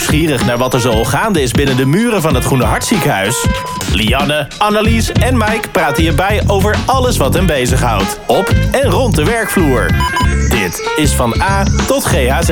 nieuwsgierig naar wat er zo gaande is binnen de muren van het Groene Hartziekenhuis? Lianne, Annelies en Mike praten hierbij over alles wat hen bezighoudt. Op en rond de werkvloer. Dit is van A tot GHZ.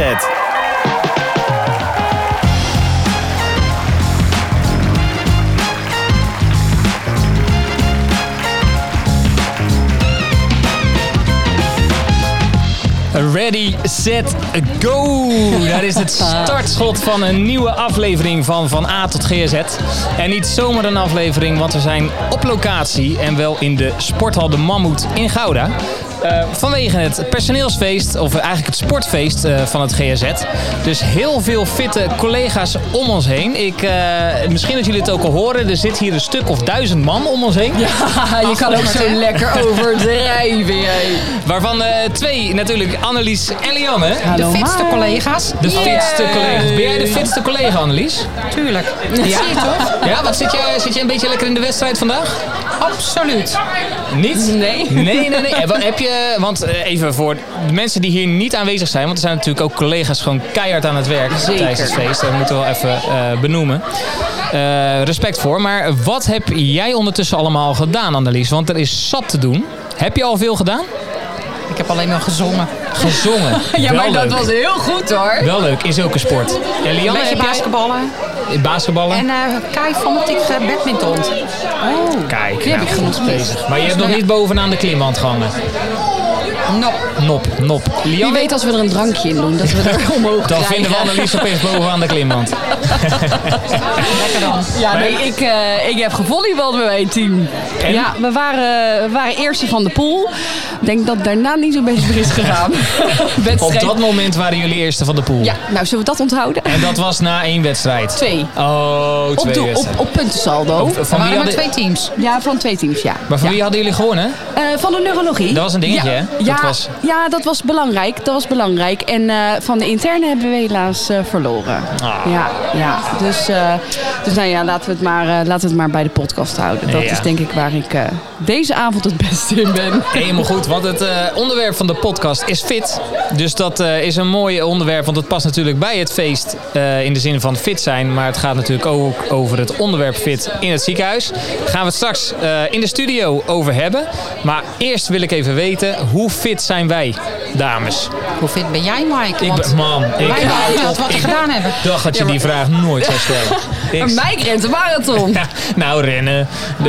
Ready, set, go! Dat is het startschot van een nieuwe aflevering van A tot GHZ. En niet zomaar een aflevering, want we zijn op locatie en wel in de sporthal De Mammoet in Gouda. Vanwege het personeelsfeest, of eigenlijk het sportfeest van het GHZ. Dus heel veel fitte collega's om ons heen. Misschien dat jullie het ook al horen, er zit hier een stuk of 1000 man om ons heen. Ja, je kan ook zo lekker overdrijven. Waarvan 2 natuurlijk, Annelies en Lianne. Hallo, de fitste collega's. De fitste collega's. Ben jij de fitste collega, Annelies? Tuurlijk. Ja. Zie je toch? Ja, wat zit jij een beetje lekker in de wedstrijd vandaag? Absoluut. Niet? Nee. Nee. Heb je, want even voor de mensen die hier niet aanwezig zijn, want er zijn natuurlijk ook collega's gewoon keihard aan het werk tijdens het feest. Dat moeten we wel even benoemen. Respect voor. Maar wat heb jij ondertussen allemaal gedaan, Annelies? Want er is zat te doen. Heb je al veel gedaan? Ik heb alleen maar gezongen. Gezongen. Ja, maar Wel dat leuk. was heel goed hoor. Wel leuk, in zulke sport. En Lianne, Een beetje heb jij basketballen. basketballen? En Kai fanatiek badminton. Oh, kijk, Die heb ik goed bezig. Maar je hebt nog niet bovenaan de klimwand gehangen. Nop. Wie Lianne, weet als we er een drankje in doen, dat we er omhoog dan krijgen. vinden we Annelies opeens bovenaan de klimwand. Lekker dan. Ja, nee, ik heb gevolleybald bij mijn team. En? Ja, we waren eerste van de pool. Ik denk dat daarna niet zo best is gegaan. Op dat moment waren jullie eerste van de pool. Ja, nou zullen we dat onthouden? En dat was na 1 wedstrijd? 2. Oh, 2 wedstrijden. Op puntensaldo. Er Van wie waren maar hadden, 2 teams. Ja, van 2 teams, ja. maar van wie hadden jullie gewonnen? Van de neurologie. Dat was een dingetje, hè? Dat was belangrijk. En van de interne hebben we helaas verloren. Ah. Ja. Dus nou ja, laten we het maar bij de podcast houden. Dat Ja. is denk ik waar ik deze avond het beste in ben. Helemaal goed, want het onderwerp van de podcast is fit. Dus dat is een mooi onderwerp, want het past natuurlijk bij het feest in de zin van fit zijn. Maar het gaat natuurlijk ook over het onderwerp fit in het ziekenhuis. Daar gaan we het straks in de studio over hebben. Maar eerst wil ik even weten, hoe fit zijn wij, dames? Hoe fit ben jij, Mike? Ik Want ben, man, wij hebben verteld wat we gedaan hebben. Ik dacht dat je die vraag nooit zou stellen. Maar Mike rent de marathon. Ja, nou, rennen.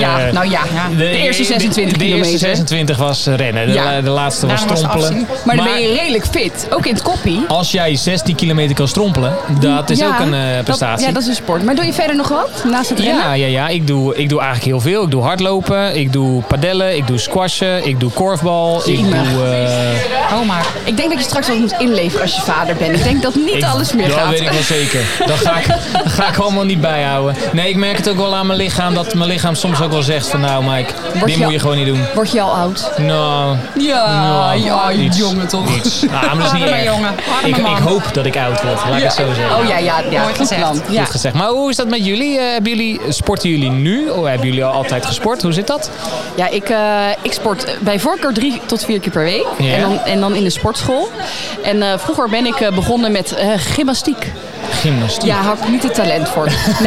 De eerste 26 de kilometer. eerste 26 was rennen. De laatste was Daarom was het strompelen. afzien. Maar dan ben je redelijk fit. Ook in het koppie. Als jij 16 kilometer kan strompelen, dat is ook een prestatie. Dat is een sport. Maar doe je verder nog wat naast het rennen? Ja. Ik doe eigenlijk heel veel. Ik doe hardlopen, ik doe padellen, ik doe squashen, ik doe korfbal. Ik doe... Maar Ik denk dat je straks ook moet inleveren als je vader bent. Ik denk dat niet alles meer dat gaat. weet ik wel zeker. Dat ga ik allemaal niet bijhouden. Nee, ik merk het ook wel aan mijn lichaam. Dat mijn lichaam soms ook wel zegt van nou Mike, dit moet je gewoon niet doen. Word je al oud? Nou, iets, jongen toch? iets. Nou, maar dat is niet Arme erg. jongen, arme Ik man. hoop dat ik oud word, laat ik het zo zeggen. Oh ja, Mooi goed gezegd. plan. Ja. Goed gezegd. Maar hoe is dat met jullie? Sporten jullie nu? Of hebben jullie al altijd gesport? Hoe zit dat? Ja, ik sport bij voorkeur 3 tot 4 keer per week. Ja. En dan in de sportschool. En vroeger ben ik begonnen met gymnastiek. Gymnastiek. Ja, had ik niet het talent voor.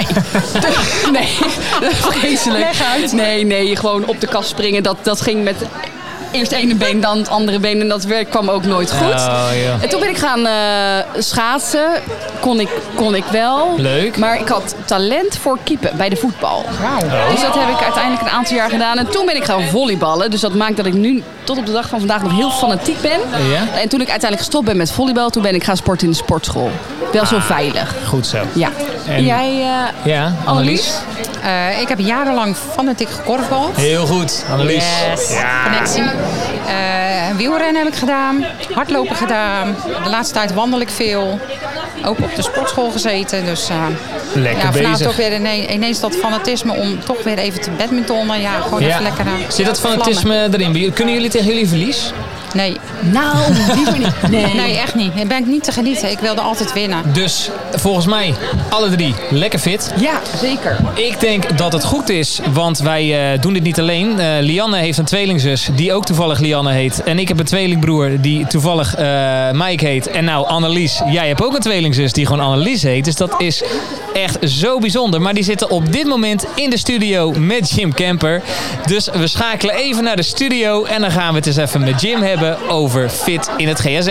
Nee, vreselijk. Leg uit. Nee, gewoon op de kast springen. Dat ging met eerst het ene been, dan het andere been. En dat werk kwam ook nooit goed. Oh, ja. En toen ben ik gaan schaatsen. Kon ik wel. Leuk. Maar ik had talent voor keepen bij de voetbal. Wauw. Dus dat heb ik uiteindelijk een aantal jaar gedaan. En toen ben ik gaan volleyballen. Dus dat maakt dat ik nu tot op de dag van vandaag nog heel fanatiek ben. Ja? En toen ik uiteindelijk gestopt ben met volleybal, toen ben ik gaan sporten in de sportschool. Wel zo veilig. Goed zo. Ja. En Jij, ja, Annelies? Ik heb jarenlang fanatiek gekorfbald. Heel goed, Annelies. Yes, Ja. connectie. Wielrennen heb ik gedaan, hardlopen gedaan. De laatste tijd wandel ik veel. Ook op de sportschool gezeten. Dus Lekker vanavond bezig. ook weer ineens dat fanatisme om toch weer even te badmintonnen. Ja, gewoon even lekker Zit dat fanatisme erin? Kunnen jullie tegen jullie verlies? Nee. Nou, liever niet. Nee, echt niet. Daar ben ik niet te genieten. Ik wilde altijd winnen. Dus volgens mij alle 3 lekker fit. Ja, zeker. Ik denk dat het goed is, want wij doen dit niet alleen. Lianne heeft een tweelingzus die ook toevallig Lianne heet. En ik heb een tweelingbroer die toevallig Mike heet. En nou, Annelies, jij hebt ook een tweelingzus die gewoon Annelies heet. Dus dat is echt zo bijzonder. Maar die zitten op dit moment in de studio met Jim Kemper. Dus we schakelen even naar de studio en dan gaan we het eens even met Jim hebben over fit in het GHZ.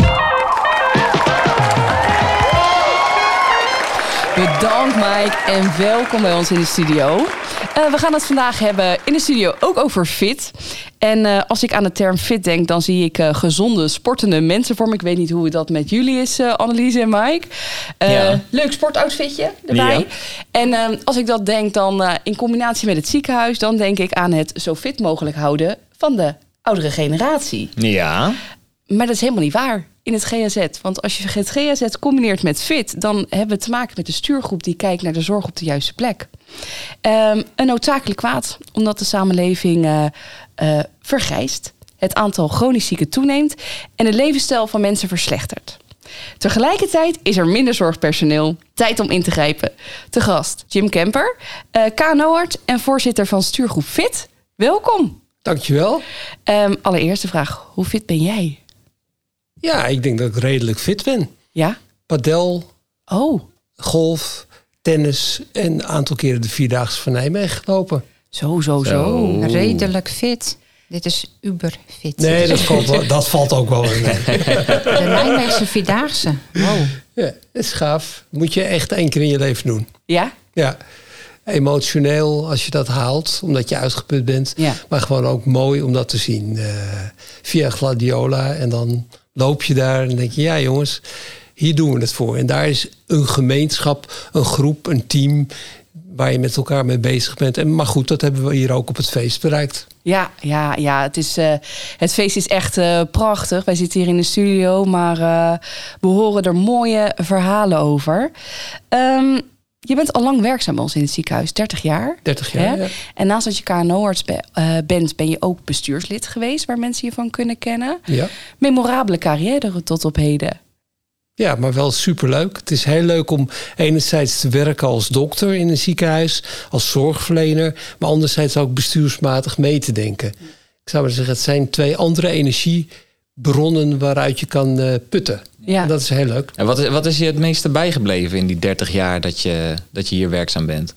Bedankt Mike en welkom bij ons in de studio. We gaan het vandaag hebben in de studio ook over fit. En als ik aan de term fit denk, dan zie ik gezonde, sportende mensen voor me. Ik weet niet hoe dat met jullie is, Annelies en Mike. Leuk sportoutfitje erbij. Ja. En als ik dat denk, dan in combinatie met het ziekenhuis, dan denk ik aan het zo fit mogelijk houden van de oudere generatie. Ja. Maar dat is helemaal niet waar in het GHZ. Want als je het GHZ combineert met fit, dan hebben we te maken met een stuurgroep die kijkt naar de zorg op de juiste plek. Een noodzakelijk kwaad, omdat de samenleving vergrijst, het aantal chronisch zieken toeneemt en het levensstijl van mensen verslechtert. Tegelijkertijd is er minder zorgpersoneel. Tijd om in te grijpen. Te gast Jim Kemper, KNO-arts en voorzitter van stuurgroep Fit. Welkom. Dankjewel. Allereerste vraag, hoe fit ben jij? Ja, ik denk dat ik redelijk fit ben. Ja? Padel, golf, tennis en een aantal keren de 4-daagse van Nijmegen gelopen. Zo. Redelijk fit. Dit is uber fit. Nee, dat valt ook wel in. De Nijmeegse 4-daagse. Wow. Ja, dat is gaaf. Moet je echt 1 keer in je leven doen. Ja? Ja. Emotioneel als je dat haalt, omdat je uitgeput bent. Ja. Maar gewoon ook mooi om dat te zien. Via Gladiola. En dan loop je daar en denk je, ja jongens, hier doen we het voor. En daar is een gemeenschap, een groep, een team waar je met elkaar mee bezig bent. Maar goed, dat hebben we hier ook op het feest bereikt. Ja. Het feest is echt prachtig. Wij zitten hier in de studio, maar we horen er mooie verhalen over. Je bent al lang werkzaam bij ons in het ziekenhuis, 30 jaar. 30 jaar, ja. En naast dat je KNO-arts bent, ben je ook bestuurslid geweest, waar mensen je van kunnen kennen. Ja. Memorabele carrière tot op heden. Ja, maar wel superleuk. Het is heel leuk om enerzijds te werken als dokter in een ziekenhuis, als zorgverlener, maar anderzijds ook bestuursmatig mee te denken. Ik zou maar zeggen, het zijn 2 andere energiebronnen waaruit je kan putten. Ja. En dat is heel leuk. En wat is je het meeste bijgebleven in die 30 jaar dat je hier werkzaam bent?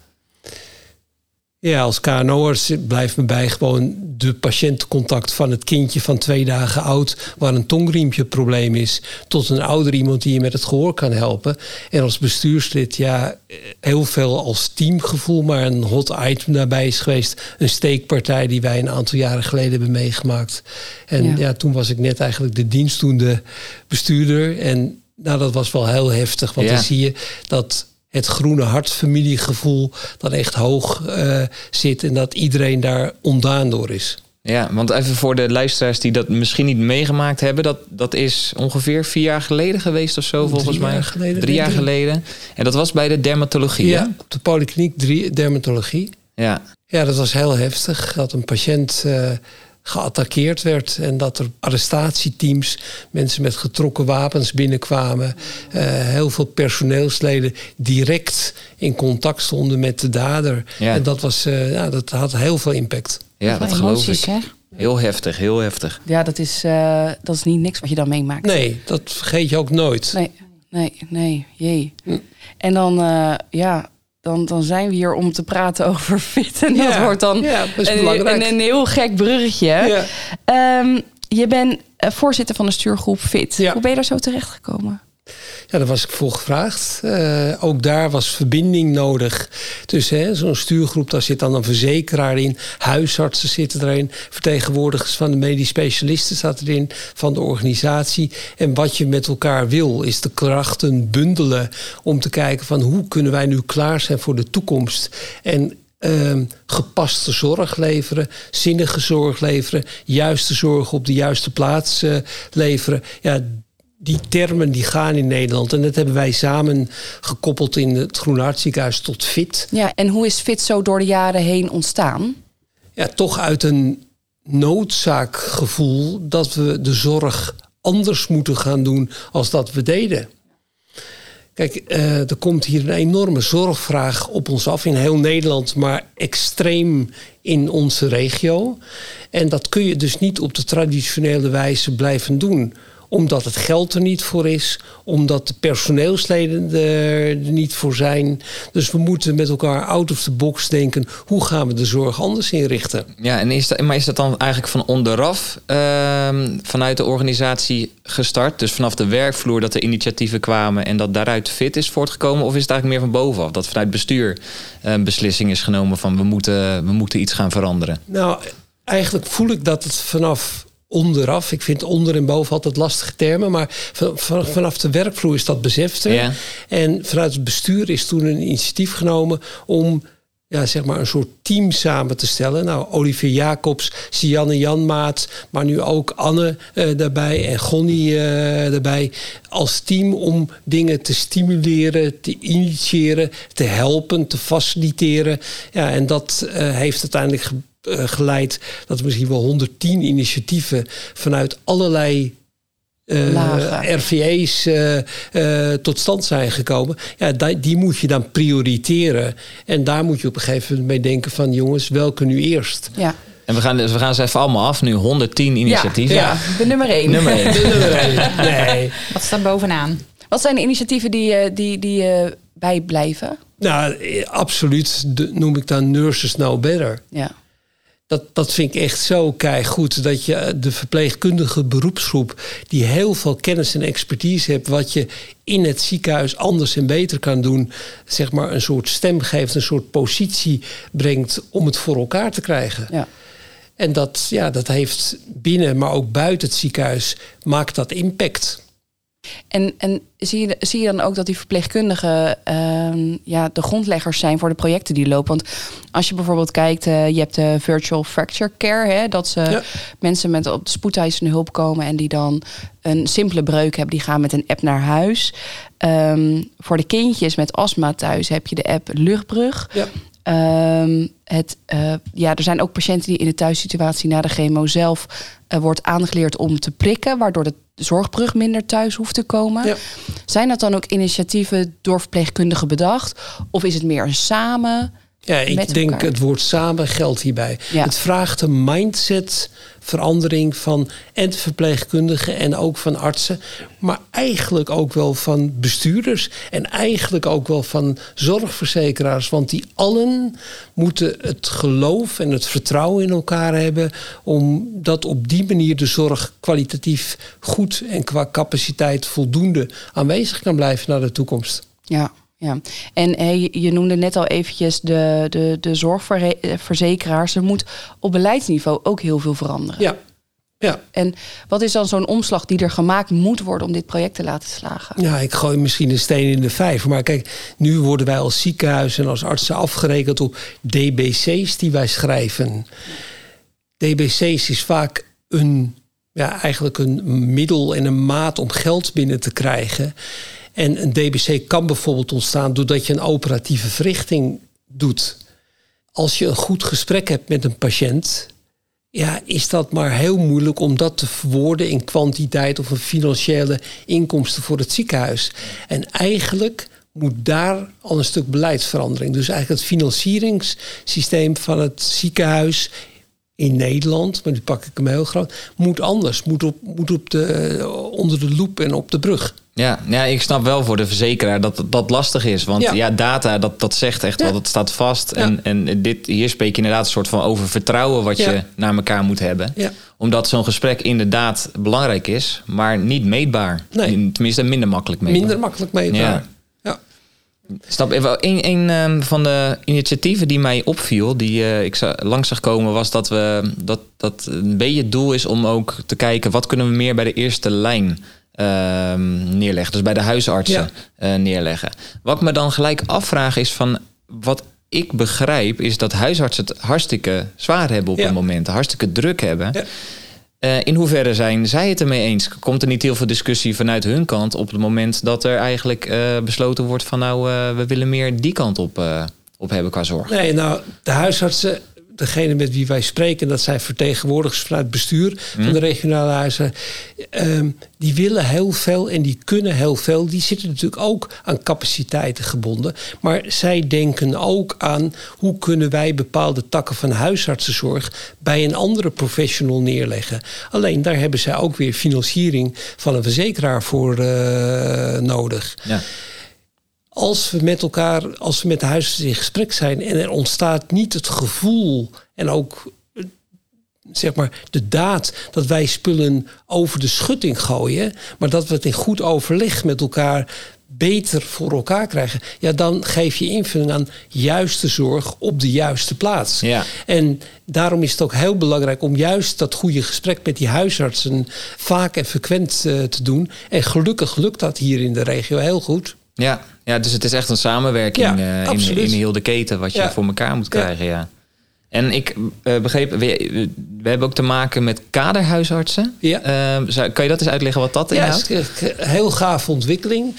Ja, als KNO'ers blijft me bij gewoon de patiëntencontact van het kindje van 2 dagen oud, waar een tongriempje probleem is, tot een ouder iemand die je met het gehoor kan helpen. En als bestuurslid, ja, heel veel als teamgevoel, maar een hot item daarbij is geweest. Een steekpartij die wij een aantal jaren geleden hebben meegemaakt. En ja, toen was ik net eigenlijk de dienstdoende bestuurder. En nou, dat was wel heel heftig, want dan zie je dat het Groene Hart familiegevoel dat echt hoog zit en dat iedereen daar ontdaan door is. Ja, want even voor de luisteraars die dat misschien niet meegemaakt hebben, dat is ongeveer 4 jaar geleden geweest of zo, volgens mij. 3 jaar geleden. En dat was bij de dermatologie. Ja, hè? op de polykliniek dermatologie. Ja, dat was heel heftig. Dat een patiënt geattaqueerd werd en dat er arrestatieteams, mensen met getrokken wapens binnenkwamen. Heel veel personeelsleden direct in contact stonden met de dader. Ja. En dat had heel veel impact. Ja, dat geloof ik. Hè? Heel heftig, heel heftig. Ja, dat is niet niks wat je dan meemaakt. Nee, dat vergeet je ook nooit. Nee, jee. En dan, dan zijn we hier om te praten over fit. En dat wordt dan een heel gek bruggetje. Ja. Je bent voorzitter van de stuurgroep Fit. Ja. Hoe ben je daar zo terecht gekomen? Ja, daar was ik voor gevraagd. Ook daar was verbinding nodig. Dus zo'n stuurgroep, daar zit dan een verzekeraar in. Huisartsen zitten erin. Vertegenwoordigers van de medisch specialisten zaten erin. Van de organisatie. En wat je met elkaar wil, is de krachten bundelen. Om te kijken van hoe kunnen wij nu klaar zijn voor de toekomst. En gepaste zorg leveren, zinnige zorg leveren. Juiste zorg op de juiste plaats leveren. Ja, die termen die gaan in Nederland. En dat hebben wij samen gekoppeld in het Groene Hart Ziekenhuis tot Fit. Ja, en hoe is Fit zo door de jaren heen ontstaan? Ja, toch uit een noodzaakgevoel dat we de zorg anders moeten gaan doen als dat we deden. Kijk, er komt hier een enorme zorgvraag op ons af in heel Nederland, maar extreem in onze regio. En dat kun je dus niet op de traditionele wijze blijven doen. Omdat het geld er niet voor is, omdat de personeelsleden er niet voor zijn. Dus we moeten met elkaar out of the box denken, hoe gaan we de zorg anders inrichten? Ja, en is dat dan eigenlijk van onderaf vanuit de organisatie gestart? Dus vanaf de werkvloer dat er initiatieven kwamen en dat daaruit fit is voortgekomen? Of is het eigenlijk meer van bovenaf? Dat vanuit bestuur een beslissing is genomen van we moeten iets gaan veranderen? Nou, eigenlijk voel ik dat het vanaf onderaf. Ik vind onder en boven altijd lastige termen. Maar vanaf de werkvloer is dat beseft er. Ja. En vanuit het bestuur is toen een initiatief genomen om zeg maar een soort team samen te stellen. Nou, Olivier Jacobs, Sianne Janmaat, maar nu ook Anne daarbij en Gonnie daarbij. Als team om dingen te stimuleren, te initiëren, te helpen, te faciliteren. Ja, en dat heeft uiteindelijk geleid dat er misschien wel 110 initiatieven vanuit allerlei RVE's tot stand zijn gekomen. Ja, die moet je dan prioriteren. En daar moet je op een gegeven moment mee denken van jongens, welke nu eerst? Ja. En we gaan ze even allemaal af nu. 110 initiatieven. Ja, de nummer 1. Nee. Wat staat bovenaan? Wat zijn de initiatieven die bijblijven? Nou, absoluut noem ik dan Nurses Know Better. Ja. Dat vind ik echt zo keigoed. Dat je de verpleegkundige beroepsgroep die heel veel kennis en expertise heeft, wat je in het ziekenhuis anders en beter kan doen, zeg maar een soort stem geeft, een soort positie brengt om het voor elkaar te krijgen. Ja. En dat heeft binnen, maar ook buiten het ziekenhuis, maakt dat impact. En zie je dan ook dat die verpleegkundigen de grondleggers zijn voor de projecten die lopen? Want als je bijvoorbeeld kijkt, je hebt de virtual fracture care. Hè, dat ze mensen met op de spoedeisende hulp komen en die dan een simpele breuk hebben. Die gaan met een app naar huis. Voor de kindjes met astma thuis heb je de app Luchtbrug. Ja. Er zijn ook patiënten die in de thuissituatie na de chemo zelf wordt aangeleerd om te prikken, waardoor de zorgbrug minder thuis hoeft te komen. Ja. Zijn dat dan ook initiatieven door verpleegkundigen bedacht? Of is het meer een samen? Ja, ik denk het woord samen geldt hierbij. Ja. Het vraagt een mindsetverandering van en verpleegkundigen en ook van artsen. Maar eigenlijk ook wel van bestuurders. En eigenlijk ook wel van zorgverzekeraars. Want die allen moeten het geloof en het vertrouwen in elkaar hebben, omdat op die manier de zorg kwalitatief goed en qua capaciteit voldoende aanwezig kan blijven naar de toekomst. Ja. Ja, en je noemde net al eventjes de zorgverzekeraars. Er moet op beleidsniveau ook heel veel veranderen. Ja. En wat is dan zo'n omslag die er gemaakt moet worden om dit project te laten slagen? Ja, ik gooi misschien een steen in de vijver. Maar kijk, nu worden wij als ziekenhuis en als artsen afgerekend op DBC's die wij schrijven. DBC's is vaak eigenlijk een middel en een maat om geld binnen te krijgen. En een DBC kan bijvoorbeeld ontstaan doordat je een operatieve verrichting doet. Als je een goed gesprek hebt met een patiënt, is dat maar heel moeilijk om dat te verwoorden in kwantiteit of een financiële inkomsten voor het ziekenhuis. En eigenlijk moet daar al een stuk beleidsverandering. Dus eigenlijk het financieringssysteem van het ziekenhuis in Nederland, maar nu pak ik hem heel groot, moet anders. Moet onder de loep en op de brug. Ja, ik snap wel voor de verzekeraar dat lastig is. Want data, dat zegt echt wel, dat staat vast. Ja. En hier spreek je inderdaad een soort van over vertrouwen wat je naar elkaar moet hebben. Ja. Omdat zo'n gesprek inderdaad belangrijk is, maar niet meetbaar. Nee. Tenminste, minder makkelijk meetbaar. Minder makkelijk meetbaar. Ja. Snap even. Een van de initiatieven die mij opviel, die ik langs zag komen, was dat een beetje het doel is om ook te kijken wat kunnen we meer bij de eerste lijn neerleggen. Dus bij de huisartsen neerleggen. Wat ik me dan gelijk afvraag is van wat ik begrijp is dat huisartsen het hartstikke zwaar hebben op het moment. Hartstikke druk hebben. Ja. In hoeverre zijn zij het ermee eens? Komt er niet heel veel discussie vanuit hun kant op het moment dat er eigenlijk besloten wordt van we willen meer die kant op hebben qua zorg? Nee, de huisartsen degene met wie wij spreken, dat zijn vertegenwoordigers vanuit het bestuur van de regionale huizen. Die willen heel veel en die kunnen heel veel. Die zitten natuurlijk ook aan capaciteiten gebonden. Maar zij denken ook aan hoe kunnen wij bepaalde takken van huisartsenzorg bij een andere professional neerleggen. Alleen daar hebben zij ook weer financiering van een verzekeraar voor nodig. Ja. Als we met de huisarts in gesprek zijn en er ontstaat niet het gevoel en ook zeg maar de daad dat wij spullen over de schutting gooien, maar dat we het in goed overleg met elkaar beter voor elkaar krijgen, ja, dan geef je invulling aan juiste zorg op de juiste plaats. Ja. En daarom is het ook heel belangrijk om juist dat goede gesprek met die huisartsen vaak en frequent te doen. En gelukkig lukt dat hier in de regio heel goed. Ja, dus het is echt een samenwerking in heel de keten wat je voor elkaar moet krijgen. Ja. En ik begreep, we hebben ook te maken met kaderhuisartsen. Ja. Kan je dat eens uitleggen wat dat inhoudt? Ja, het is een heel gaaf ontwikkeling.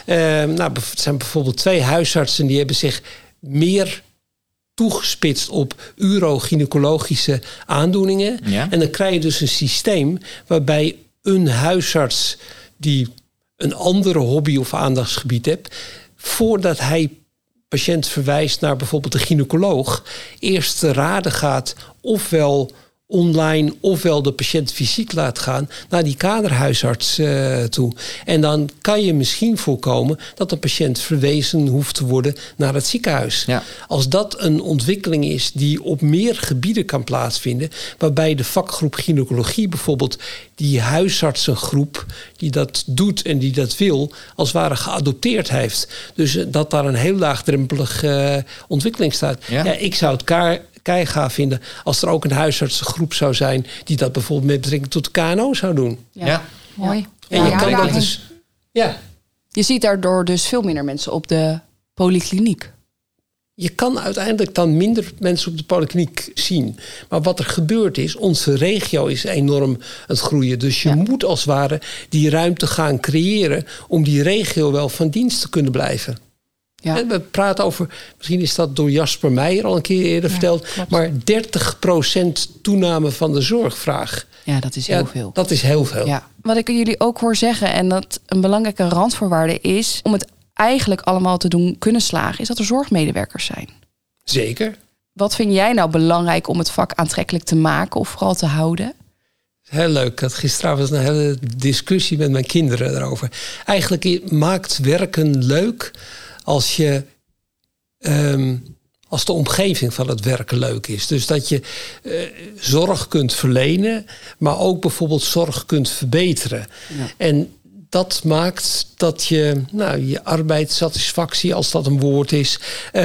Het zijn bijvoorbeeld 2 huisartsen die hebben zich meer toegespitst op urogynecologische aandoeningen. Ja. En dan krijg je dus een systeem waarbij een huisarts die een andere hobby of aandachtsgebied hebt, voordat hij patiënt verwijst naar bijvoorbeeld de gynaecoloog, eerst te raden gaat ofwel online ofwel de patiënt fysiek laat gaan naar die kaderhuisarts toe. En dan kan je misschien voorkomen dat de patiënt verwezen hoeft te worden naar het ziekenhuis. Ja. Als dat een ontwikkeling is die op meer gebieden kan plaatsvinden, waarbij de vakgroep gynaecologie bijvoorbeeld die huisartsengroep die dat doet en die dat wil, als het ware geadopteerd heeft. Dus dat daar een heel laagdrempelige ontwikkeling staat. Ja. Ja, ik zou het gaaf vinden als er ook een huisartsengroep zou zijn die dat bijvoorbeeld met betrekking tot de KNO zou doen. Ja. Mooi. En je kan dat dus. Ja. Je ziet daardoor dus veel minder mensen op de polykliniek. Je kan uiteindelijk dan minder mensen op de polykliniek zien. Maar wat er gebeurt is, onze regio is enorm aan het groeien. Dus je moet als het ware die ruimte gaan creëren om die regio wel van dienst te kunnen blijven. Ja. We praten over, misschien is dat door Jasper Meijer al een keer eerder verteld, klopt. Maar 30% toename van de zorgvraag. Ja, dat is heel veel. Dat is heel veel. Ja. Wat ik jullie ook hoor zeggen, en dat een belangrijke randvoorwaarde is, om het eigenlijk allemaal te doen kunnen slagen, is dat er zorgmedewerkers zijn. Zeker. Wat vind jij nou belangrijk om het vak aantrekkelijk te maken of vooral te houden? Heel leuk. Ik had gisteravond een hele discussie met mijn kinderen daarover. Eigenlijk maakt werken leuk als je als de omgeving van het werken leuk is. Dus dat je zorg kunt verlenen, maar ook bijvoorbeeld zorg kunt verbeteren. Ja. En dat maakt dat je je arbeidssatisfactie, als dat een woord is,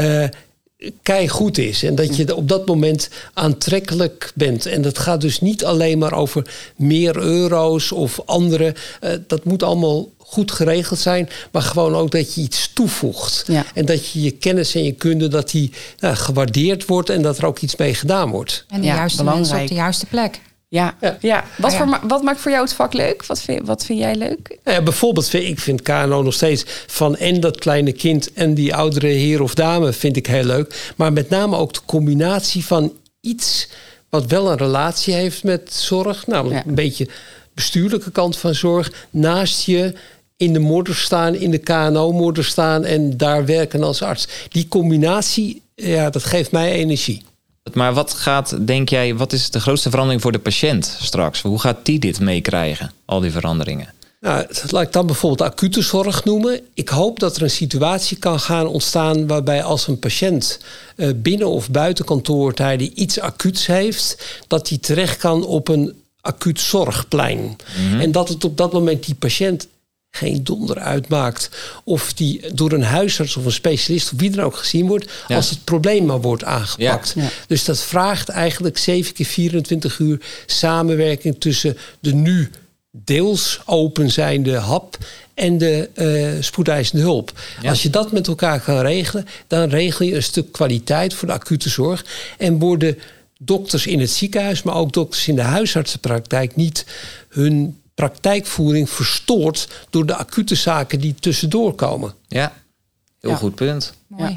keigoed is. En dat je op dat moment aantrekkelijk bent. En dat gaat dus niet alleen maar over meer euro's of andere. Dat moet allemaal goed geregeld zijn, maar gewoon ook dat je iets toevoegt. Ja. En dat je kennis en je kunde, dat die gewaardeerd wordt en dat er ook iets mee gedaan wordt. En de juiste mensen op de juiste plek. Ja. Wat maakt voor jou het vak leuk? Wat vind jij leuk? Bijvoorbeeld, ik vind KNO nog steeds van en dat kleine kind en die oudere heer of dame vind ik heel leuk. Maar met name ook de combinatie van iets wat wel een relatie heeft met zorg. Namelijk een beetje bestuurlijke kant van zorg. Naast je in de modder staan, in de KNO-modder staan en daar werken als arts. Die combinatie, dat geeft mij energie. Maar denk jij, wat is de grootste verandering voor de patiënt straks? Hoe gaat die dit meekrijgen, al die veranderingen? Laat ik dan bijvoorbeeld acute zorg noemen. Ik hoop dat er een situatie kan gaan ontstaan waarbij als een patiënt binnen of buiten kantoortijden iets acuuts heeft, dat hij terecht kan op een acuut zorgplein. Mm-hmm. En dat het op dat moment die patiënt geen donder uitmaakt of die door een huisarts of een specialist of wie dan ook gezien wordt, als het probleem maar wordt aangepakt. Ja. Dus dat vraagt eigenlijk 7 keer 24 uur samenwerking tussen de nu deels open zijnde hap en de spoedeisende hulp. Ja. Als je dat met elkaar kan regelen, dan regel je een stuk kwaliteit voor de acute zorg en worden dokters in het ziekenhuis, maar ook dokters in de huisartsenpraktijk niet hun praktijkvoering verstoord door de acute zaken die tussendoor komen. Ja, heel goed punt. Mooi.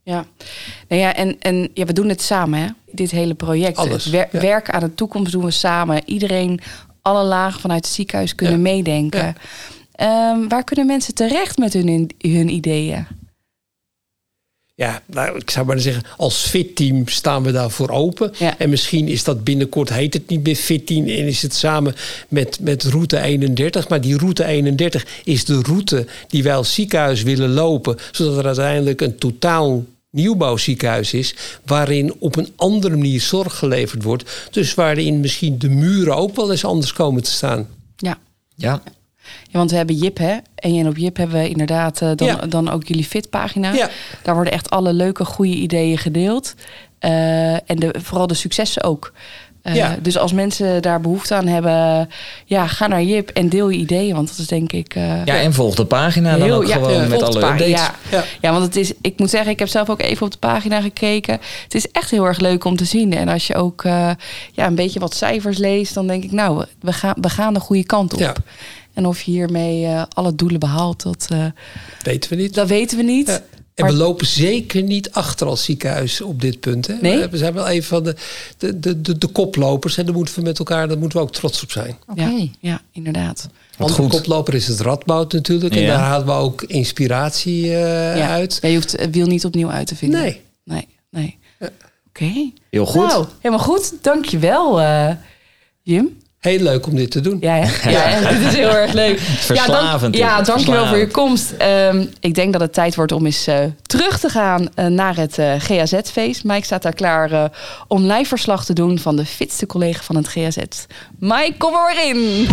Ja, nou ja, en we doen het samen, hè? Dit hele project. Alles, Het werk aan de toekomst doen we samen. Iedereen, alle lagen vanuit het ziekenhuis kunnen meedenken. Waar kunnen mensen terecht met hun ideeën? Ja, nou, ik zou maar zeggen, als FIT-team staan we daarvoor open. Ja. En misschien is dat binnenkort, heet het niet meer FIT-team... en is het samen met route 31. Maar die route 31 is de route die wij als ziekenhuis willen lopen... zodat er uiteindelijk een totaal nieuwbouwziekenhuis is... waarin op een andere manier zorg geleverd wordt. Dus waarin misschien de muren ook wel eens anders komen te staan. Ja. Ja. Ja, want we hebben Jip, hè? En op Jip hebben we inderdaad dan ook jullie Fit-pagina. Ja. Daar worden echt alle leuke, goede ideeën gedeeld. En vooral de successen ook. Dus als mensen daar behoefte aan hebben... ga naar Jip en deel je ideeën. Want dat is denk ik... en volg de pagina dan ook gewoon met alle updates. Ja, want het is... Ik moet zeggen, ik heb zelf ook even op de pagina gekeken. Het is echt heel erg leuk om te zien. En als je ook een beetje wat cijfers leest... dan denk ik, nou, we gaan de goede kant op. Ja. En of je hiermee alle doelen behaalt, dat weten we niet. Dat weten we niet. Ja. En we lopen zeker niet achter als ziekenhuis op dit punt. Hè? Nee? We zijn wel even van de koplopers. En daar moeten we met elkaar, daar moeten we ook trots op zijn. Okay. Ja, inderdaad. Want de koploper is het Radboud natuurlijk. En daar halen we ook inspiratie uit. Ja, je hoeft het wiel niet opnieuw uit te vinden. Nee. Ja. Oké. Heel goed. Nou, helemaal goed. Dankjewel, Jim. Heel leuk om dit te doen. Ja, dit is heel erg leuk. Verslavend. Dankjewel voor je komst. Ik denk dat het tijd wordt om eens terug te gaan naar het GAZ-feest. Mike staat daar klaar om live verslag te doen van de fitste collega van het GAZ. Mike, kom er weer in.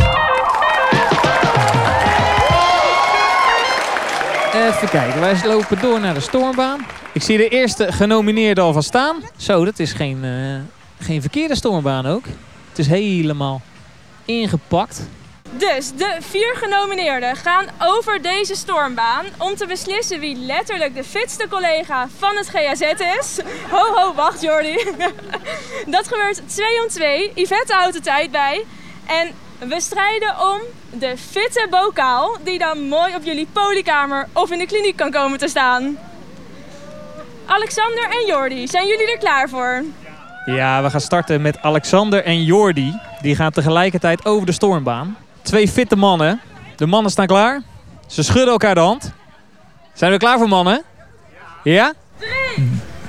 Even kijken, wij lopen door naar de stormbaan. Ik zie de eerste genomineerde al van staan. Zo, dat is geen verkeerde stormbaan ook. Het is helemaal ingepakt. Dus de 4 genomineerden gaan over deze stormbaan om te beslissen wie letterlijk de fitste collega van het GAZ is. Ho, wacht Jordi. Dat gebeurt 2 om 2. Yvette houdt de tijd bij. En we strijden om de fitte bokaal die dan mooi op jullie polykamer of in de kliniek kan komen te staan. Alexander en Jordi, zijn jullie er klaar voor? Ja, we gaan starten met Alexander en Jordi. Die gaan tegelijkertijd over de stormbaan. 2 fitte mannen. De mannen staan klaar. Ze schudden elkaar de hand. Zijn we klaar voor, mannen? Ja? 3, 2,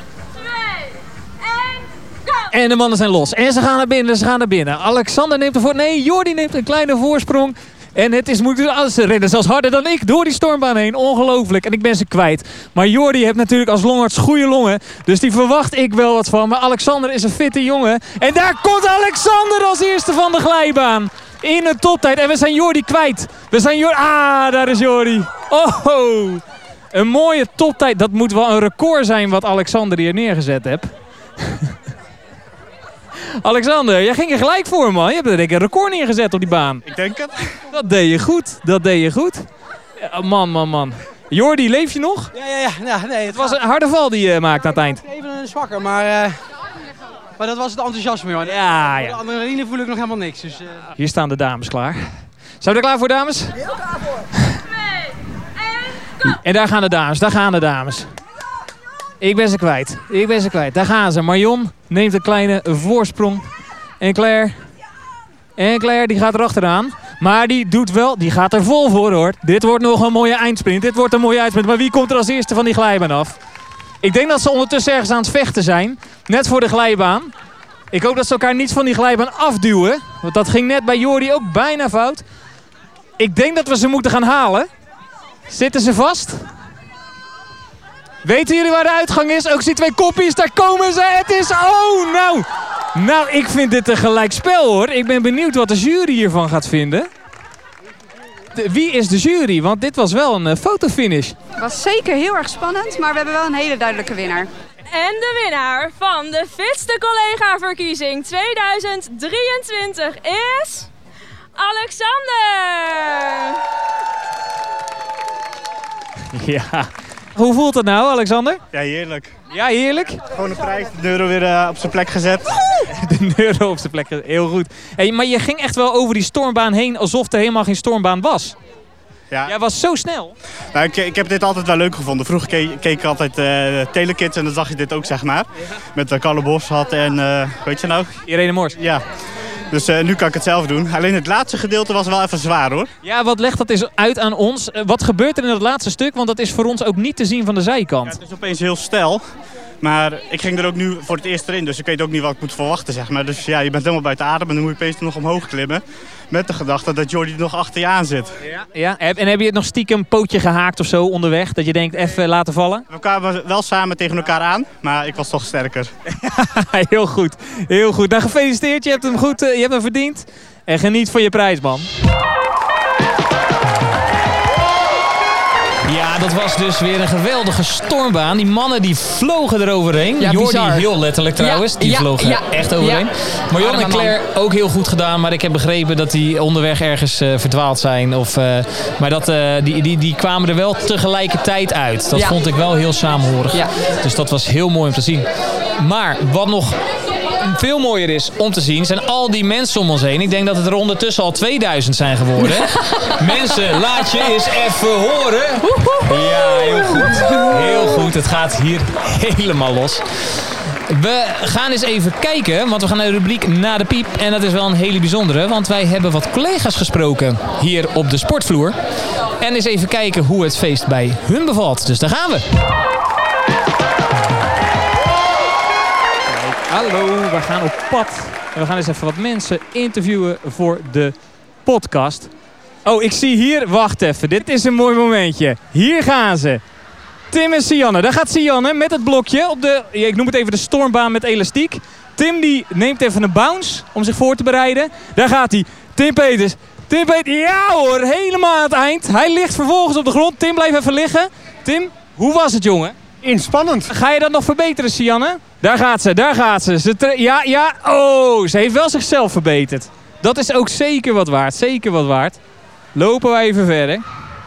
en go! En de mannen zijn los. En ze gaan naar binnen. Alexander neemt ervoor. Nee, Jordi neemt een kleine voorsprong. En het is moeilijk. Ze rennen zelfs harder dan ik door die stormbaan heen. Ongelooflijk. En ik ben ze kwijt. Maar Jordi heeft natuurlijk als longarts goede longen. Dus die verwacht ik wel wat van. Maar Alexander is een fitte jongen. En daar komt Alexander als eerste van de glijbaan. In een toptijd. En we zijn Jordi kwijt. Daar is Jordi. Oh, een mooie toptijd. Dat moet wel een record zijn wat Alexander hier neergezet hebt. Alexander, jij ging er gelijk voor, man. Je hebt denk ik een record neergezet op die baan. Ik denk het. Dat deed je goed. Ja, man. Jordi, leef je nog? Ja, nee. Het was een harde val die je maakt aan het eind. Even een zwakker, maar dat was het enthousiasme, joh. Ja. De adrenaline voel ik nog helemaal niks. Dus, Hier staan de dames klaar. Zijn we er klaar voor, dames? Heel klaar voor. 2, en go! En daar gaan de dames. Ik ben ze kwijt. Daar gaan ze. Marion neemt een kleine voorsprong. En Claire die gaat erachteraan. Maar die gaat er vol voor, hoor. Dit wordt nog een mooie eindsprint. Maar wie komt er als eerste van die glijbaan af? Ik denk dat ze ondertussen ergens aan het vechten zijn. Net voor de glijbaan. Ik hoop dat ze elkaar niet van die glijbaan afduwen. Want dat ging net bij Jordi ook bijna fout. Ik denk dat we ze moeten gaan halen. Zitten ze vast? Weten jullie waar de uitgang is? Ook die 2 koppies, daar komen ze. Het is... Nou, ik vind dit een gelijkspel, hoor. Ik ben benieuwd wat de jury hiervan gaat vinden. Wie is de jury? Want dit was wel een fotofinish. Het was zeker heel erg spannend, maar we hebben wel een hele duidelijke winnaar. En de winnaar van de fitste collega-verkiezing 2023 is... Alexander! Ja. Hoe voelt het nou, Alexander? ja, heerlijk. Ja, heerlijk. Gewoon de prijs, de euro weer op zijn plek gezet. De euro op zijn plek gezet, heel goed. Hey, maar je ging echt wel over die stormbaan heen alsof er helemaal geen stormbaan was. Ja. Jij was zo snel. Nou, ik heb dit altijd wel leuk gevonden. Vroeger keek ik altijd Telekids en dan zag je dit ook, zeg maar. Met Carlo Boszhard en, weet je nou? Irene Mors. Ja. Dus nu kan ik het zelf doen. Alleen het laatste gedeelte was wel even zwaar, hoor. Ja, wat legt dat eens uit aan ons? Wat gebeurt er in het laatste stuk? Want dat is voor ons ook niet te zien van de zijkant. Ja, het is opeens heel steil. Maar ik ging er ook nu voor het eerst erin, dus ik weet ook niet wat ik moet verwachten, zeg maar. Dus ja, je bent helemaal buiten adem en dan moet je opeens nog omhoog klimmen. Met de gedachte dat Jordi er nog achter je aan zit. Ja. En heb je het nog stiekem pootje gehaakt of zo onderweg? Dat je denkt, even laten vallen? We kwamen wel samen tegen elkaar aan, maar ik was toch sterker. Heel goed, heel goed. Nou, gefeliciteerd, je hebt hem goed, je hebt hem verdiend. En geniet van je prijs, man. Ja, dat was dus weer een geweldige stormbaan. Die mannen die vlogen eroverheen. Ja, Jordi bizar. heel letterlijk trouwens. Die vlogen echt overheen. Marion en Claire ook heel goed gedaan. Maar ik heb begrepen dat die onderweg ergens verdwaald zijn. Maar die kwamen er wel tegelijkertijd uit. Dat vond ik wel heel saamhorig. Ja. Dus dat was heel mooi om te zien. Maar wat nog veel mooier is om te zien zijn al die mensen om ons heen. Ik denk dat het er ondertussen al 2000 zijn geworden. Mensen, laat je eens even horen. Ja, heel goed. Heel goed. Het gaat hier helemaal los. We gaan eens even kijken, want we gaan naar de rubriek Na de Piep. En dat is wel een hele bijzondere, want wij hebben wat collega's gesproken hier op de sportvloer. En eens even kijken hoe het feest bij hun bevalt. Dus daar gaan we. Hallo, we gaan op pad en we gaan eens even wat mensen interviewen voor de podcast. Oh, ik zie hier, wacht even, dit is een mooi momentje. Hier gaan ze. Tim en Sianne. Daar gaat Sianne met het blokje op de, ik noem het even de stormbaan met elastiek. Tim die neemt even een bounce om zich voor te bereiden. Daar gaat hij. Tim Peters, ja hoor, helemaal aan het eind. Hij ligt vervolgens op de grond. Tim, blijf even liggen. Tim, hoe was het, jongen? Inspannend. Ga je dat nog verbeteren, Sianne? Daar gaat ze. Oh, ze heeft wel zichzelf verbeterd. Dat is ook zeker wat waard. Lopen we even verder.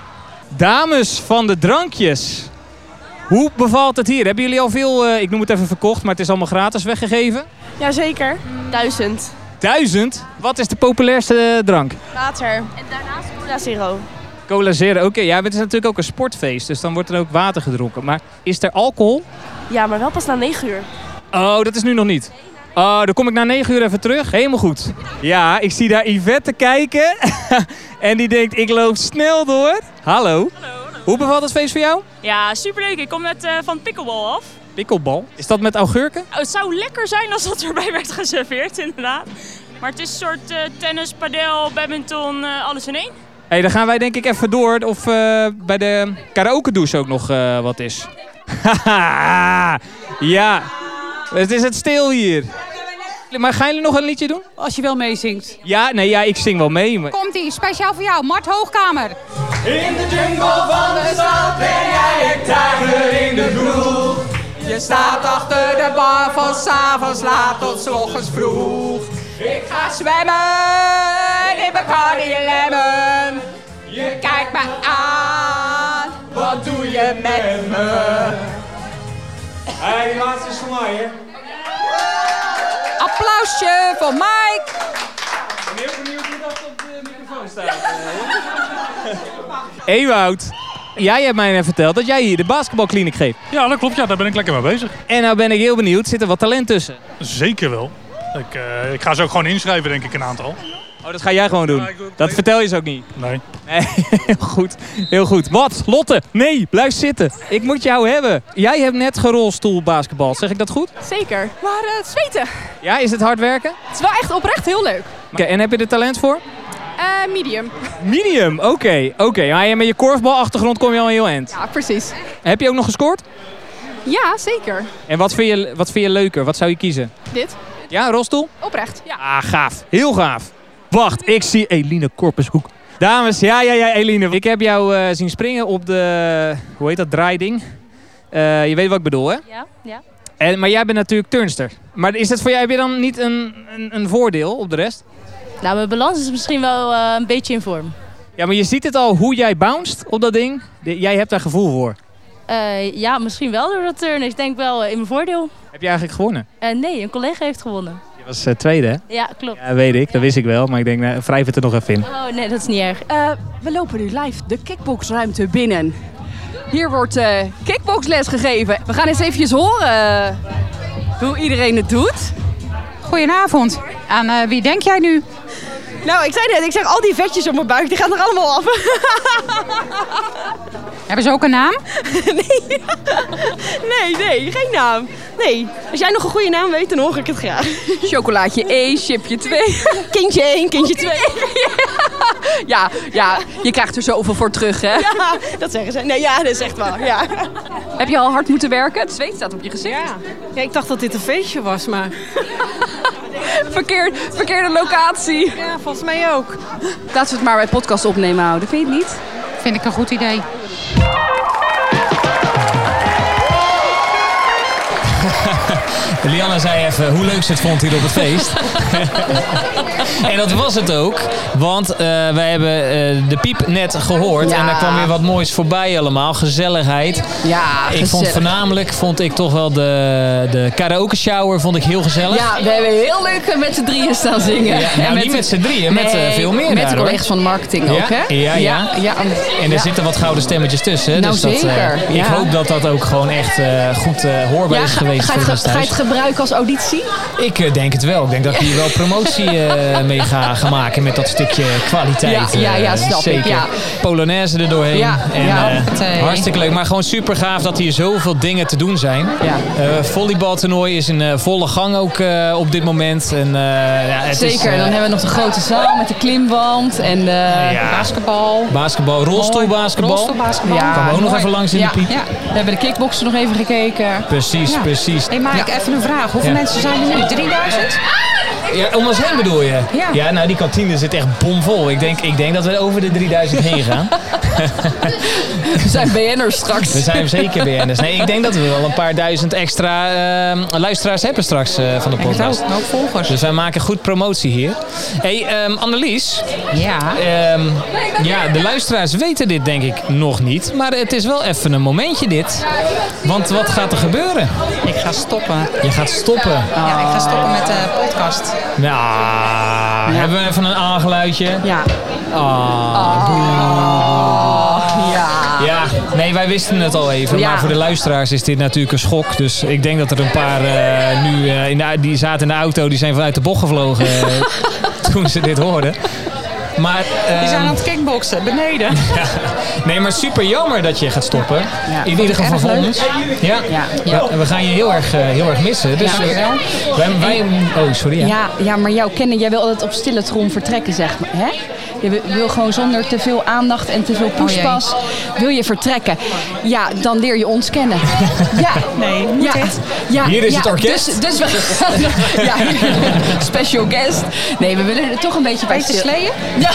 Dames van de drankjes. Hoe bevalt het hier? Hebben jullie al veel, ik noem het even verkocht, maar het is allemaal gratis weggegeven? Jazeker, 1000. 1000? Wat is de populairste drank? Water. En daarnaast Cola Zero. Cola Zero, oké. Ja, het is natuurlijk ook een sportfeest, dus dan wordt er ook water gedronken. Maar is er alcohol? Ja, maar wel pas na 9 uur. Oh, dat is nu nog niet. Oh, dan kom ik na 9 uur even terug. Helemaal goed. Ja, ik zie daar Yvette kijken. En die denkt, ik loop snel door. Hallo. Hoe bevalt het feest voor jou? Ja, superleuk. Ik kom net van pickleball af. Pickleball? Is dat met augurken? Oh, het zou lekker zijn als dat erbij werd geserveerd, inderdaad. Maar het is een soort tennis, padel, badminton, alles in één. Hey, dan gaan wij denk ik even door of bij de karaoke douche ook nog wat is. Haha, ja. Het is het stil hier. Maar gaan jullie nog een liedje doen? Als je wel meezingt. Ja, ik zing wel mee. Maar... Komt-ie, speciaal voor jou, Mart Hoogkamer. In de jungle van de stad ben jij een tijger in de groep. Je staat achter de bar van 's avonds laat tot 's ochtends vroeg. Ik ga zwemmen in Bacardi Lemon. Je kijkt me aan, wat doe je met me? Hey, die laatste is voor mij, hè? Applausje voor Mike. Ik ben heel benieuwd hoe dat op de microfoon staat. Ewout, jij hebt mij net verteld dat jij hier de basketbalkliniek geeft. Ja, dat klopt. Ja, daar ben ik lekker mee bezig. En nou ben ik heel benieuwd, zit er wat talent tussen? Zeker wel. Ik ga ze ook gewoon inschrijven, denk ik, een aantal. Oh, dat ga jij gewoon doen? Dat vertel je ze ook niet? Nee. Heel goed. Heel goed. Wat? Lotte? Nee, blijf zitten. Ik moet jou hebben. Jij hebt net gerolstoelbasketbal. Zeg ik dat goed? Zeker. Maar het zweten. Ja, is het hard werken? Het is wel echt oprecht heel leuk. Oké, en heb je er talent voor? Medium. Medium? Oké. Ja, met je korfbalachtergrond kom je al heel eind. Ja, precies. Heb je ook nog gescoord? Ja, zeker. En wat vind je leuker? Wat zou je kiezen? Dit. Ja, rolstoel? Oprecht, ja. Ah, gaaf. Heel gaaf. Wacht, ik zie Eline Korpershoek. Dames, ja, Eline. Ik heb jou zien springen op de, hoe heet dat, draaiding. Je weet wat ik bedoel, hè? Ja. Maar jij bent natuurlijk turnster. Maar is het voor jou, heb je dan niet een voordeel op de rest? Nou, mijn balans is misschien wel een beetje in vorm. Ja, maar je ziet het al hoe jij bounced op dat ding. Jij hebt daar gevoel voor. Ja, misschien wel door dat turnen. Ik denk wel in mijn voordeel. Heb je eigenlijk gewonnen? Nee, een collega heeft gewonnen. was tweede, hè? Ja, klopt. Ja, weet ik. Dat wist ik wel. Maar ik denk, wrijf het er nog even in. Oh nee, dat is niet erg. We lopen nu live de kickboxruimte binnen. Hier wordt kickboxles gegeven. We gaan eens eventjes horen hoe iedereen het doet. Goedenavond. Aan wie denk jij nu? Nou, ik zei net, ik zeg al die vetjes op mijn buik, die gaan er allemaal af. Hebben ze ook een naam? Nee, geen naam. Nee, als jij nog een goede naam weet, dan hoor ik het graag. Chocolaatje 1, chipje 2. Kindje 1, kindje 2. Ja, je krijgt er zoveel voor terug, hè? Ja, dat zeggen ze. Nee, ja, dat is echt waar. Ja. Heb je al hard moeten werken? Het zweet staat op je gezicht. Ja, ik dacht dat dit een feestje was, maar... Verkeerde locatie. Ja, volgens mij ook. Laten we het maar bij podcast opnemen houden, vind je het niet? Vind ik een goed idee. Lianne zei even hoe leuk ze het vond hier op het feest. En dat was het ook. Want wij hebben de piep net gehoord. Ja. En daar kwam weer wat moois voorbij allemaal. Gezelligheid. Ja, Voornamelijk vond ik toch wel de karaoke shower vond ik heel gezellig. Ja, we hebben heel leuk met z'n drieën staan zingen. Ja, nou, niet met z'n drieën, met veel meer. Met de collega's van de marketing ook, hè? Ja. En er zitten wat gouden stemmetjes tussen. Nou, dus dat, zeker. Ik hoop dat dat ook gewoon echt goed hoorbaar is geweest voor de Ga je het gebruiken als auditie? Ik denk het wel. Ik denk dat ik hier wel promotie mee ga maken met dat stukje kwaliteit. Ja, snap zeker. ik. Ja. Polonaise er doorheen. Ja, Hartstikke leuk. Maar gewoon super gaaf dat hier zoveel dingen te doen zijn. Ja. Volleybaltoernooi is in volle gang ook op dit moment. En, het zeker. Is, en dan hebben we nog de grote zaal met de klimwand en basketbal. Rolstoelbasketbal. Ja, kwam ook nog even langs in de piep. Ja. We hebben de kickboksen nog even gekeken. Precies. Hey Mike, even een vraag. Hoeveel mensen zijn er nu? 3000? Ja, om ons heen bedoel je? Ja, nou die kantine zit echt bomvol. Ik denk dat we over de 3000 heen gaan. We zijn BN'ers straks. We zijn zeker BN'ers. Nee, ik denk dat we wel een paar duizend extra luisteraars hebben straks van de podcast. Ook volgers. Dus wij maken goed promotie hier. Hey, Annelies. Ja. De luisteraars weten dit denk ik nog niet. Maar het is wel even een momentje dit. Want wat gaat er gebeuren? Ik ga stoppen. Je gaat stoppen? Ja, ik ga stoppen met de podcast. Nou, hebben we even een aangeluidje? Ja. Ja, nee, wij wisten het al even. Ja. Maar voor de luisteraars is dit natuurlijk een schok. Dus ik denk dat er een paar die zaten in de auto, die zijn vanuit de bocht gevlogen toen ze dit hoorden. Maar, die zijn aan het kickboksen, beneden. Ja. Nee, maar super jammer dat je gaat stoppen. Ja. In ieder geval van ons. Ja. We gaan je heel erg missen. Dus sorry. Ja, maar jou kennen, jij wil altijd op stille trom vertrekken, zeg maar. Hè? Je wil gewoon zonder te veel aandacht en te veel poespas, wil je vertrekken. Ja, dan leer je ons kennen. Ja. Nee, moet dit? Ja, hier is het orkest. Dus special guest. Nee, we willen er toch een beetje bij sleeën. Ja.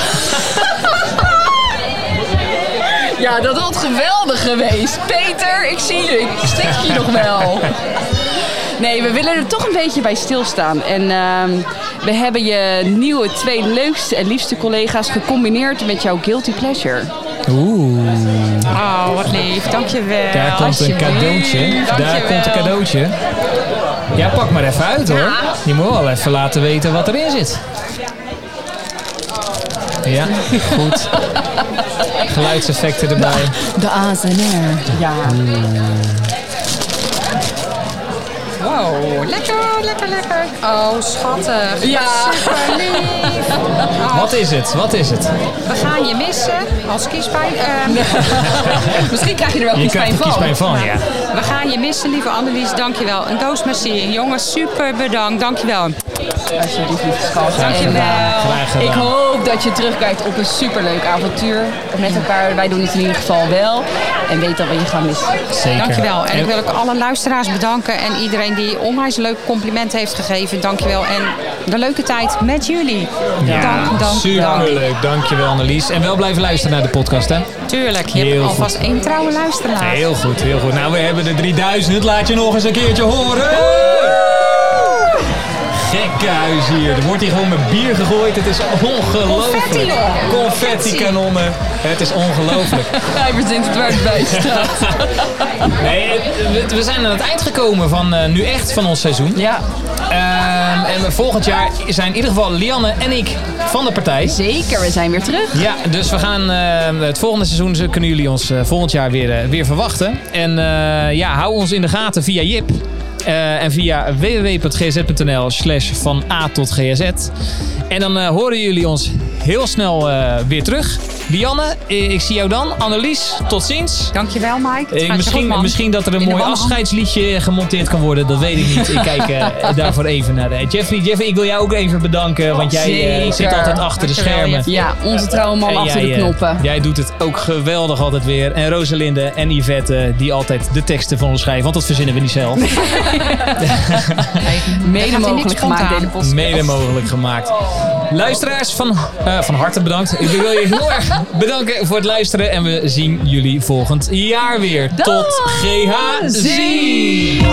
Ja, dat was geweldig geweest. Peter, ik zie je. Ik stik je nog wel. Nee, we willen er toch een beetje bij stilstaan. En we hebben je nieuwe 2 leukste en liefste collega's gecombineerd met jouw guilty pleasure. Oeh. Oh, wat lief. Dankjewel. Daar komt een cadeautje. Ja, pak maar even uit hoor. Je moet wel even laten weten wat erin zit. Ja, goed. Geluidseffecten erbij. De ASMR. Ja. Wow, lekker. Oh, schattig. Ja. Super lief. Oh. Wat is het? We gaan je missen als kiespijn. Misschien krijg je er wel kiespijn van. Ja. We gaan je missen, lieve Annelies. Dankjewel. En Doos merci. Jongens, super bedankt. Dankjewel. Alsjeblieft, lieve schat. Dankjewel. Ik hoop dat je terugkijkt op een superleuk avontuur met elkaar. Wij doen het in ieder geval wel. En weet dat we je gaan missen. Zeker. Dankjewel. En ik wil ook alle luisteraars bedanken. En iedereen die onwijs leuke complimenten heeft gegeven. Dankjewel. En de leuke tijd met jullie. Dank. Superleuk. Dankjewel Annelies. En wel blijven luisteren naar de podcast, hè? Tuurlijk. Je hebt alvast 1 trouwe luisteraar. Heel goed. Nou, we hebben de 3000. Laat je nog eens een keertje horen. gekkenhuis hier. Er wordt hier gewoon met bier gegooid. Het is ongelooflijk. Confetti-kanonnen. Het is ongelooflijk. Hij verzint het waar het bij staat. Nee, we zijn aan het eind gekomen van nu echt van ons seizoen. Ja. En volgend jaar zijn in ieder geval Lianne en ik van de partij. Zeker, we zijn weer terug. Ja, dus we gaan het volgende seizoen kunnen jullie ons volgend jaar weer verwachten. En hou ons in de gaten via Jip. En via www.gz.nl/van A tot GZ. En dan horen jullie ons heel snel weer terug. Lianne, ik zie jou dan. Annelies, tot ziens. Dankjewel, Mike. Misschien dat er een mooi afscheidsliedje gemonteerd kan worden. Dat weet ik niet. Ik kijk daarvoor even naar Jeffrey. Jeffrey, ik wil jou ook even bedanken. Want jij zit altijd achter de schermen. Ja, onze trouwe man achter de knoppen. Jij doet het ook geweldig altijd weer. En Rosalinde en Yvette, die altijd de teksten van ons schrijven. Want dat verzinnen we niet zelf. Mede mogelijk gemaakt, deze podcast. Mede mogelijk gemaakt. Luisteraars, van harte bedankt. Ik wil je heel erg bedanken voor het luisteren. En we zien jullie volgend jaar weer. Tot GHZ!